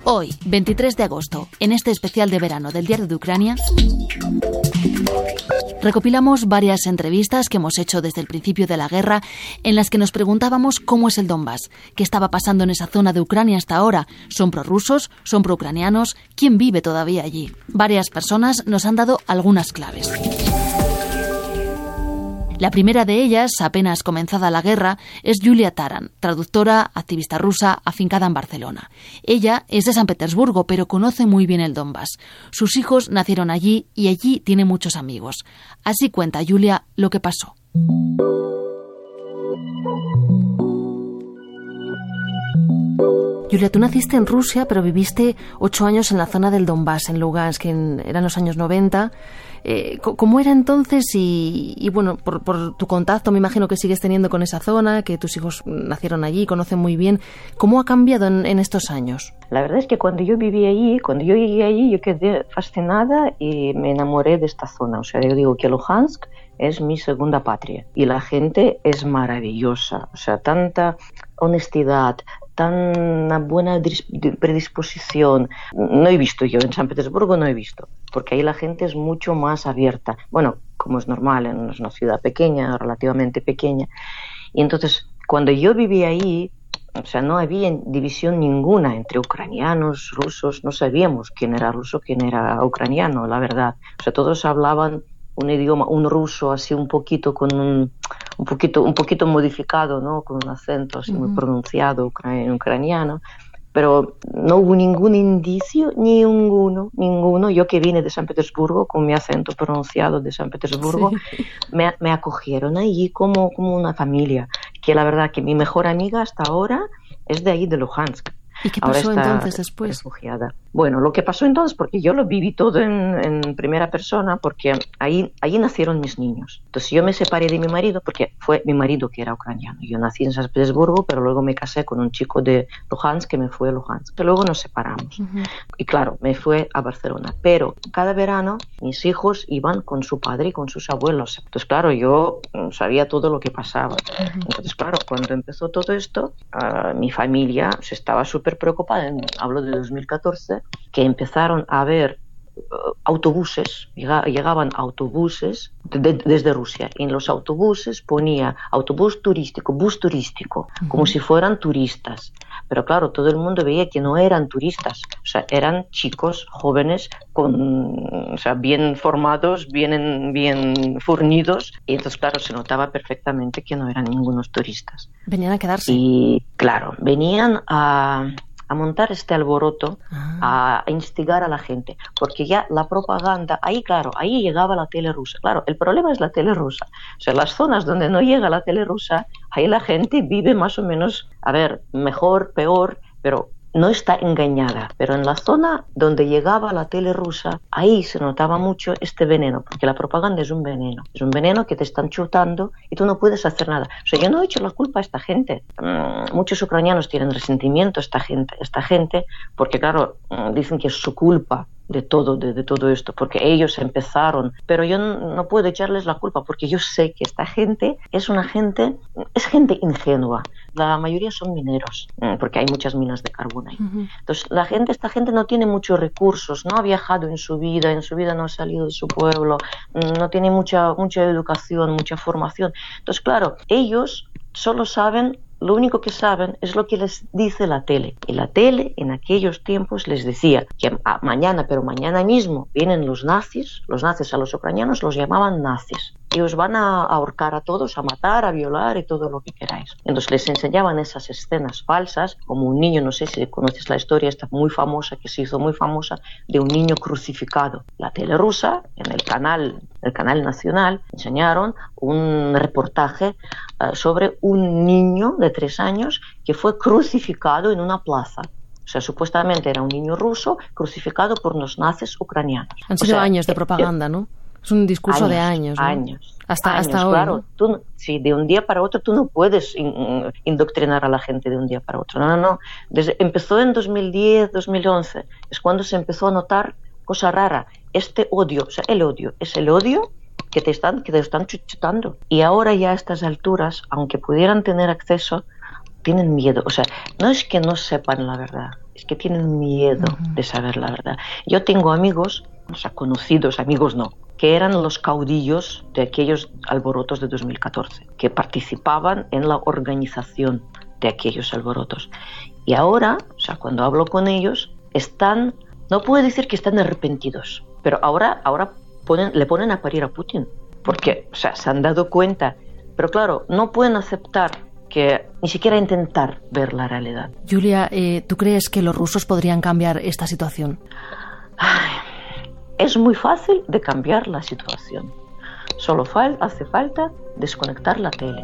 Hoy, 23 de agosto, en este especial de verano del Diario de Ucrania, recopilamos varias entrevistas que hemos hecho desde el principio de la guerra en las que nos preguntábamos cómo es el Donbass, qué estaba pasando en esa zona de Ucrania hasta ahora, ¿son prorrusos? ¿Son proucranianos? ¿Quién vive todavía allí? Varias personas nos han dado algunas claves. La primera de ellas, apenas comenzada la guerra, es Yulia Taran, traductora, activista rusa, afincada en Barcelona. Ella es de San Petersburgo, pero conoce muy bien el Donbass. Sus hijos nacieron allí y allí tiene muchos amigos. Así cuenta Yulia lo que pasó. Yulia, tú naciste en Rusia, pero viviste 8 años en la zona del Donbass, en Lugansk, eran los años 90. ¿Cómo era entonces? Y bueno, por tu contacto, me imagino que sigues teniendo con esa zona, que tus hijos nacieron allí, conocen muy bien. ¿Cómo ha cambiado en estos años? La verdad es que cuando yo llegué allí, yo quedé fascinada y me enamoré de esta zona. O sea, yo digo que Luhansk es mi segunda patria y la gente es maravillosa. O sea, tanta honestidad, tan buena predisposición. No he visto yo, en San Petersburgo no he visto, porque ahí la gente es mucho más abierta. Bueno, como es normal, es una ciudad pequeña, relativamente pequeña. Y entonces, cuando yo vivía ahí, o sea, no había división ninguna entre ucranianos, rusos, no sabíamos quién era ruso, quién era ucraniano, la verdad. O sea, todos hablaban un idioma, un ruso así un poquito con un poquito modificado, ¿no? Con un acento así muy pronunciado ucraniano, pero no hubo ningún indicio, ninguno. Yo que vine de San Petersburgo con mi acento pronunciado de San Petersburgo, sí. me acogieron allí como una familia, que la verdad que mi mejor amiga hasta ahora es de ahí, de Luhansk. ¿Y qué pasó entonces después? Refugiada. Bueno, lo que pasó entonces, porque yo lo viví todo en primera persona, porque ahí nacieron mis niños. Entonces yo me separé de mi marido, porque fue mi marido que era ucraniano. Yo nací en San Petersburgo, pero luego me casé con un chico de Luhansk que me fue a Luhansk. Luego nos separamos. Y claro, me fui a Barcelona. Pero cada verano mis hijos iban con su padre y con sus abuelos. Entonces, claro, yo sabía todo lo que pasaba. Entonces, claro, cuando empezó todo esto, mi familia se estaba súper preocupada, hablo de 2014, que empezaron a haber autobuses, llegaban autobuses desde Rusia, y en los autobuses ponía autobús turístico, bus turístico, como si fueran turistas. Pero claro, todo el mundo veía que no eran turistas, o sea, eran chicos jóvenes, o sea, bien formados, bien fornidos, y entonces, claro, se notaba perfectamente que no eran ningunos turistas. Venían a quedarse. Y claro, venían a montar este alboroto, a instigar a la gente, porque ya la propaganda, ahí llegaba la tele rusa. Claro, el problema es la tele rusa. O sea, las zonas donde no llega la tele rusa, ahí la gente vive más o menos, mejor, peor, pero no está engañada. Pero en la zona donde llegaba la tele rusa, ahí se notaba mucho este veneno, porque la propaganda es un veneno que te están chutando y tú no puedes hacer nada. O sea, yo no he hecho la culpa a esta gente. Muchos ucranianos tienen resentimiento a esta gente, porque claro, dicen que es su culpa de todo esto, porque ellos empezaron, pero yo no puedo echarles la culpa, porque yo sé que esta gente es gente ingenua. La mayoría son mineros, porque hay muchas minas de carbón ahí. Entonces, esta gente no tiene muchos recursos, no ha viajado en su vida no ha salido de su pueblo, no tiene mucha educación, mucha formación. Entonces, claro, ellos solo saben, lo único que saben es lo que les dice la tele. Y la tele en aquellos tiempos les decía que mañana mismo vienen los nazis a los ucranianos los llamaban nazis. Y os van a ahorcar a todos, a matar, a violar y todo lo que queráis. Entonces les enseñaban esas escenas falsas, como un niño, no sé si conoces la historia, esta muy famosa, que se hizo muy famosa, de un niño crucificado. La tele rusa, en el canal nacional, enseñaron un reportaje sobre un niño de 3 años que fue crucificado en una plaza. O sea, supuestamente era un niño ruso crucificado por los nazis ucranianos. Han sido años de propaganda, ¿no? Es un discurso de años, ¿no? Hasta hoy, claro. ¿no? Sí, de un día para otro tú no puedes indoctrinar a la gente de un día para otro. No. Empezó en 2010, 2011. Es cuando se empezó a notar cosa rara. Este odio, o sea, el odio que te están chutando. Y ahora ya a estas alturas, aunque pudieran tener acceso, tienen miedo. O sea, no es que no sepan la verdad, es que tienen miedo de saber la verdad. Yo tengo amigos, o sea, conocidos, amigos no, que eran los caudillos de aquellos alborotos de 2014, que participaban en la organización de aquellos alborotos. Y ahora, o sea, cuando hablo con ellos, están, no puedo decir que están arrepentidos, pero ahora le ponen a parir a Putin, porque, o sea, se han dado cuenta, pero claro, no pueden aceptar que ni siquiera intentar ver la realidad. Julia, ¿tú crees que los rusos podrían cambiar esta situación? Es muy fácil de cambiar la situación. Solo hace falta desconectar la tele.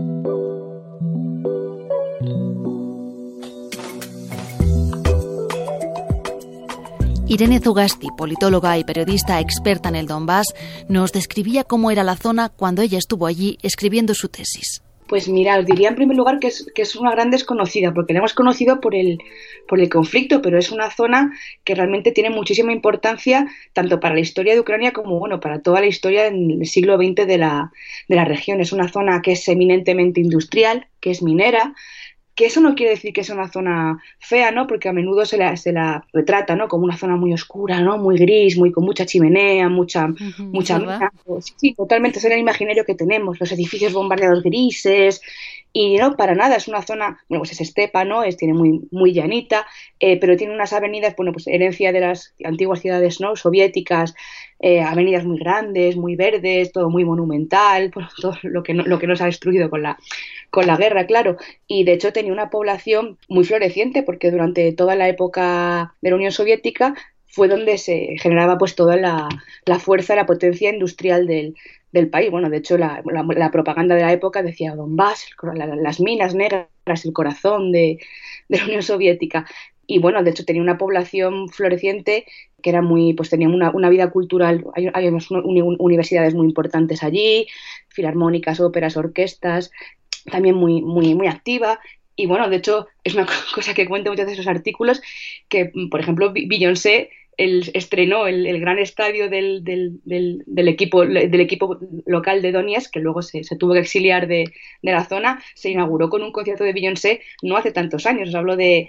Irene Zugasti, politóloga y periodista experta en el Donbass, nos describía cómo era la zona cuando ella estuvo allí escribiendo su tesis. Pues mira, os diría en primer lugar que es una gran desconocida, porque la hemos conocido por el conflicto, pero es una zona que realmente tiene muchísima importancia tanto para la historia de Ucrania como para toda la historia en el siglo XX de la región. Es una zona que es eminentemente industrial, que es minera, que eso no quiere decir que sea una zona fea, ¿no? Porque a menudo se la retrata, ¿no? Como una zona muy oscura, ¿no? Muy gris, con mucha chimenea, mucha mina. Sí, totalmente, es el imaginario que tenemos, los edificios bombardeados grises, y no, para nada, es una zona, pues es estepa, ¿no? Tiene muy llanita, pero tiene unas avenidas, pues herencia de las antiguas ciudades, ¿no? Soviéticas, avenidas muy grandes, muy verdes, todo muy monumental, todo lo que no se ha destruido con la guerra, claro. Y de hecho tenía una población muy floreciente, porque durante toda la época de la Unión Soviética fue donde se generaba pues toda la fuerza, la potencia industrial del país. Bueno, de hecho la propaganda de la época decía Donbass, las minas negras, el corazón de la Unión Soviética. Y bueno, de hecho tenía una población floreciente que era tenía una vida cultural. Hay unas universidades muy importantes allí, filarmónicas, óperas, orquestas, también muy activa. Y bueno, de hecho es una cosa que cuento muchas veces en los artículos, que por ejemplo Beyoncé estrenó el gran estadio del equipo local de Donetsk, que luego se tuvo que exiliar de la zona. Se inauguró con un concierto de Beyoncé no hace tantos años, os hablo del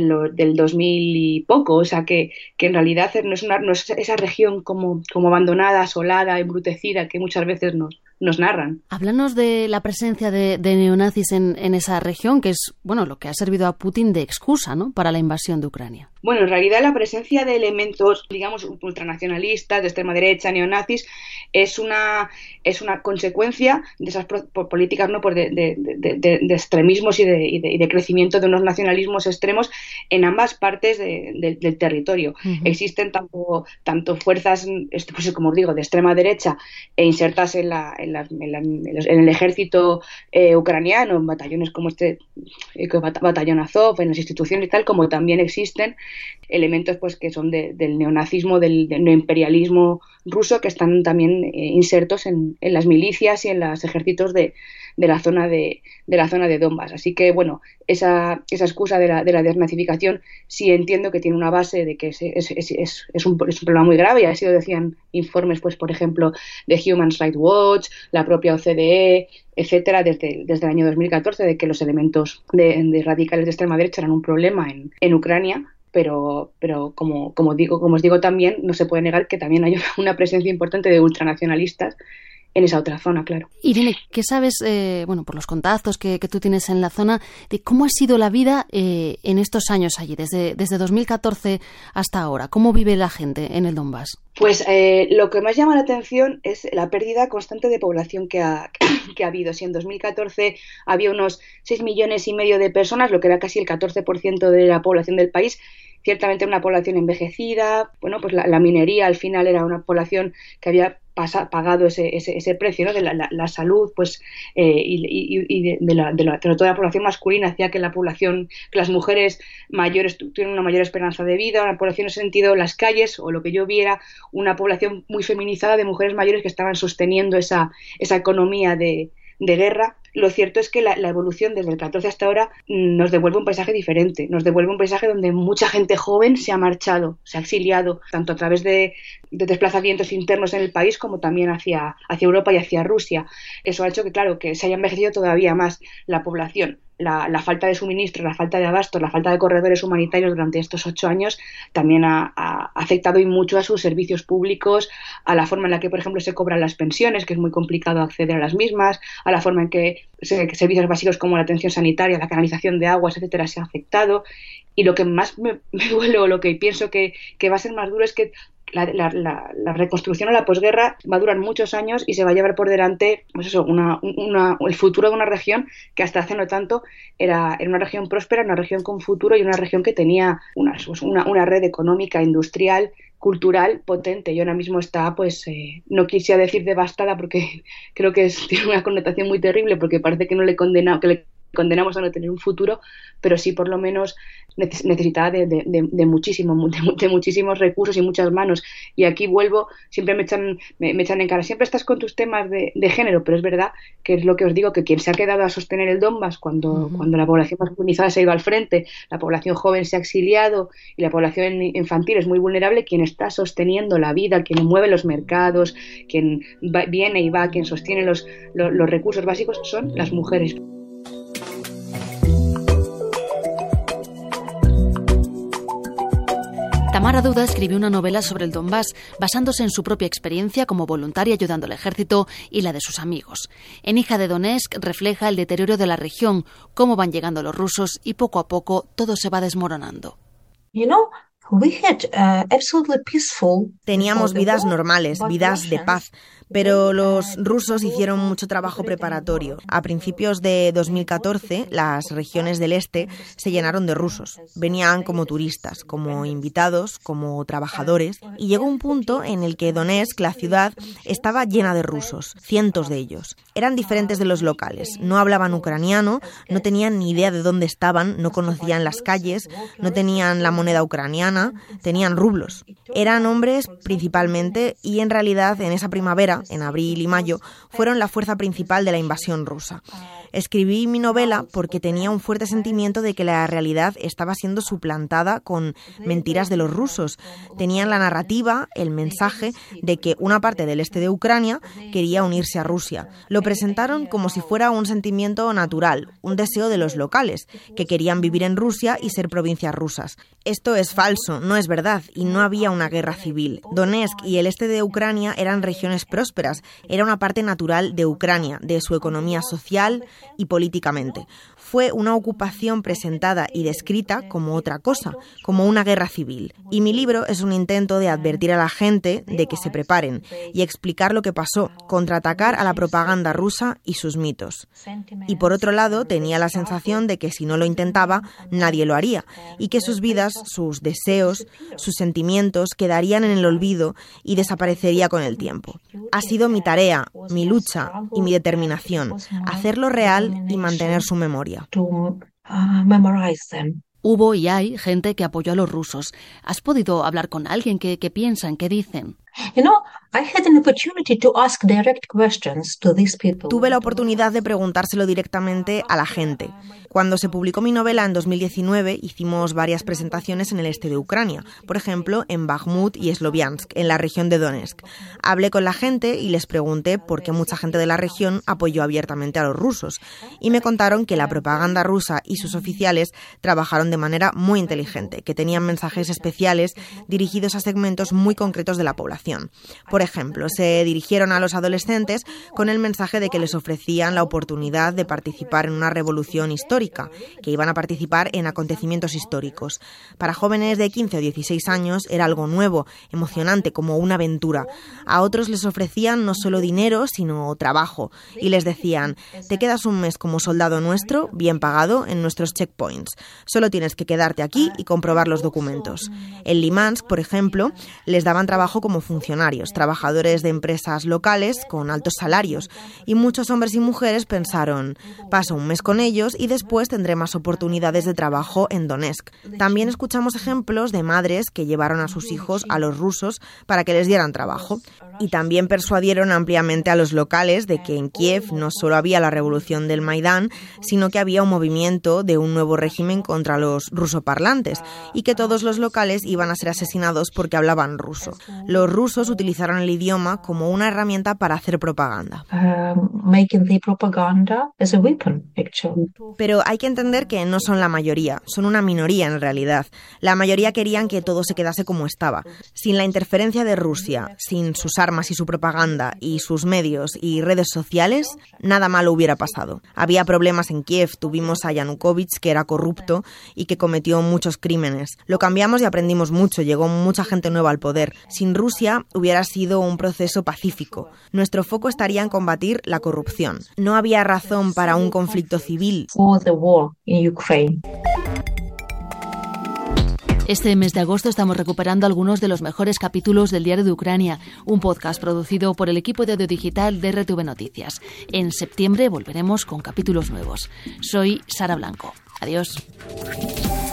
2000 y poco, o sea que en realidad no es esa región como abandonada, asolada, embrutecida que muchas veces nos narran. Háblanos de la presencia de neonazis en esa región, que es lo que ha servido a Putin de excusa, ¿no?, para la invasión de Ucrania. Bueno, en realidad la presencia de elementos, digamos, ultranacionalistas, de extrema derecha, neonazis, es una consecuencia de esas políticas, ¿no?, de extremismos y de crecimiento de unos nacionalismos extremos en ambas partes del territorio. Uh-huh. Existen tanto fuerzas, pues, como os digo, de extrema derecha insertas en el ejército ucraniano, en batallones como batallón Azov, en las instituciones y tal, como también existen elementos pues que son del neonazismo, del neoimperialismo ruso, que están también insertos en las milicias y en los ejércitos de la zona de Donbass. Así que esa excusa de la desnazificación sí entiendo que tiene una base de que es un problema muy grave, y así lo decían informes, pues por ejemplo, de Human Rights Watch, la propia OCDE, etcétera, desde el año 2014, de que los elementos de radicales de extrema derecha eran un problema en Ucrania. Pero como os digo también, no se puede negar que también hay una presencia importante de ultranacionalistas en esa otra zona, claro. Irene, ¿qué sabes, por los contactos que tú tienes en la zona, de cómo ha sido la vida en estos años allí, desde 2014 hasta ahora? ¿Cómo vive la gente en el Donbass? Pues lo que más llama la atención es la pérdida constante de población que ha habido. Si en 2014 había unos 6,5 millones de personas, lo que era casi el 14% de la población del país, ciertamente una población envejecida. Pues la minería al final era una población que había pagado ese precio, ¿no?, de la salud, pues y de toda la población masculina, hacía que las mujeres mayores tuvieran una mayor esperanza de vida, una población en ese sentido, las calles, o lo que yo viera, una población muy feminizada de mujeres mayores que estaban sosteniendo esa economía de guerra. Lo cierto es que la evolución desde el 14 hasta ahora nos devuelve un paisaje diferente, nos devuelve un paisaje donde mucha gente joven se ha marchado, se ha exiliado, tanto a través de de desplazamientos internos en el país como también hacia Europa y hacia Rusia. Eso ha hecho que, claro, que se haya envejecido todavía más la población. La falta de suministros, la falta de abastos, la falta de corredores humanitarios durante estos 8 años también ha afectado y mucho a sus servicios públicos, a la forma en la que, por ejemplo, se cobran las pensiones, que es muy complicado acceder a las mismas, a la forma en que servicios básicos como la atención sanitaria, la canalización de aguas, etcétera, se ha afectado. Y lo que más me duele o lo que pienso que va a ser más duro es que la reconstrucción o la posguerra va a durar muchos años y se va a llevar por delante, pues eso, el futuro de una región que hasta hace no tanto era una región próspera, una región con futuro y una región que tenía una red económica, industrial, cultural potente. Y ahora mismo está, pues, no quisiera decir devastada porque creo que tiene una connotación muy terrible, porque parece que le condenamos a no tener un futuro, pero sí por lo menos necesitada de muchísimos recursos y muchas manos. Y aquí vuelvo, siempre me echan en cara, siempre estás con tus temas de género, pero es verdad que es lo que os digo, que quien se ha quedado a sostener el Donbass cuando la población masculinizada se ha ido al frente, la población joven se ha exiliado y la población infantil es muy vulnerable, quien está sosteniendo la vida, quien mueve los mercados, quien viene y va, quien sostiene los recursos básicos son las mujeres. Tamara Duda escribió una novela sobre el Donbass basándose en su propia experiencia como voluntaria ayudando al ejército y la de sus amigos. En Hija de Donetsk refleja el deterioro de la región, cómo van llegando los rusos y poco a poco todo se va desmoronando. Teníamos vidas normales, vidas de paz, pero los rusos hicieron mucho trabajo preparatorio. A principios de 2014, las regiones del este se llenaron de rusos. Venían como turistas, como invitados, como trabajadores, y llegó un punto en el que Donetsk, la ciudad, estaba llena de rusos, cientos de ellos. Eran diferentes de los locales, no hablaban ucraniano, no tenían ni idea de dónde estaban, no conocían las calles, no tenían la moneda ucraniana, tenían rublos. Eran hombres principalmente y en realidad en esa primavera, en abril y mayo, fueron la fuerza principal de la invasión rusa. Escribí mi novela porque tenía un fuerte sentimiento de que la realidad estaba siendo suplantada con mentiras de los rusos. Tenían la narrativa, el mensaje de que una parte del este de Ucrania quería unirse a Rusia. Lo presentaron como si fuera un sentimiento natural, un deseo de los locales, que querían vivir en Rusia y ser provincias rusas. Esto es falso, no es verdad, y no había una guerra civil. Donetsk y el este de Ucrania eran regiones prósperas, era una parte natural de Ucrania, de su economía social y políticamente. Fue una ocupación presentada y descrita como otra cosa, como una guerra civil. Y mi libro es un intento de advertir a la gente de que se preparen y explicar lo que pasó, contraatacar a la propaganda rusa y sus mitos. Y por otro lado, tenía la sensación de que si no lo intentaba, nadie lo haría, y que sus vidas, sus deseos, sus sentimientos quedarían en el olvido y desaparecería con el tiempo. Ha sido mi tarea, mi lucha y mi determinación, hacerlo real y mantener su memoria. Hubo y hay gente que apoyó a los rusos. ¿Has podido hablar con alguien? ¿Qué piensan? ¿Qué dicen? Tuve la oportunidad de preguntárselo directamente a la gente. Cuando se publicó mi novela en 2019, hicimos varias presentaciones en el este de Ucrania, por ejemplo, en Bakhmut y Sloviansk, en la región de Donetsk. Hablé con la gente y les pregunté por qué mucha gente de la región apoyó abiertamente a los rusos. Y me contaron que la propaganda rusa y sus oficiales trabajaron de manera muy inteligente, que tenían mensajes especiales dirigidos a segmentos muy concretos de la población. Por ejemplo, se dirigieron a los adolescentes con el mensaje de que les ofrecían la oportunidad de participar en una revolución histórica, que iban a participar en acontecimientos históricos. Para jóvenes de 15 o 16 años era algo nuevo, emocionante, como una aventura. A otros les ofrecían no solo dinero, sino trabajo, y les decían: te quedas un mes como soldado nuestro, bien pagado, en nuestros checkpoints. Solo tienes que quedarte aquí y comprobar los documentos. En Limansk, por ejemplo, les daban trabajo como funcionarios, trabajadores de empresas locales con altos salarios, y muchos hombres y mujeres pensaron: paso un mes con ellos y después tendré más oportunidades de trabajo en Donetsk. También escuchamos ejemplos de madres que llevaron a sus hijos a los rusos para que les dieran trabajo, y también persuadieron ampliamente a los locales de que en Kiev no solo había la revolución del Maidán, sino que había un movimiento de un nuevo régimen contra los rusoparlantes y que todos los locales iban a ser asesinados porque hablaban ruso. Los rusos rusos utilizaron el idioma como una herramienta para hacer propaganda. Making the propaganda as a weapon, actually. Pero hay que entender que no son la mayoría, son una minoría en realidad. La mayoría querían que todo se quedase como estaba. Sin la interferencia de Rusia, sin sus armas y su propaganda y sus medios y redes sociales, nada malo hubiera pasado. Había problemas en Kiev, tuvimos a Yanukovych, que era corrupto y que cometió muchos crímenes. Lo cambiamos y aprendimos mucho, llegó mucha gente nueva al poder. Sin Rusia hubiera sido un proceso pacífico. Nuestro foco estaría en combatir la corrupción. No había razón para un conflicto civil. For the war in Ukraine. Este mes de agosto estamos recuperando algunos de los mejores capítulos del Diario de Ucrania, un podcast producido por el equipo de audio digital de RTV Noticias. En septiembre volveremos con capítulos nuevos. Soy Sara Blanco. Adiós.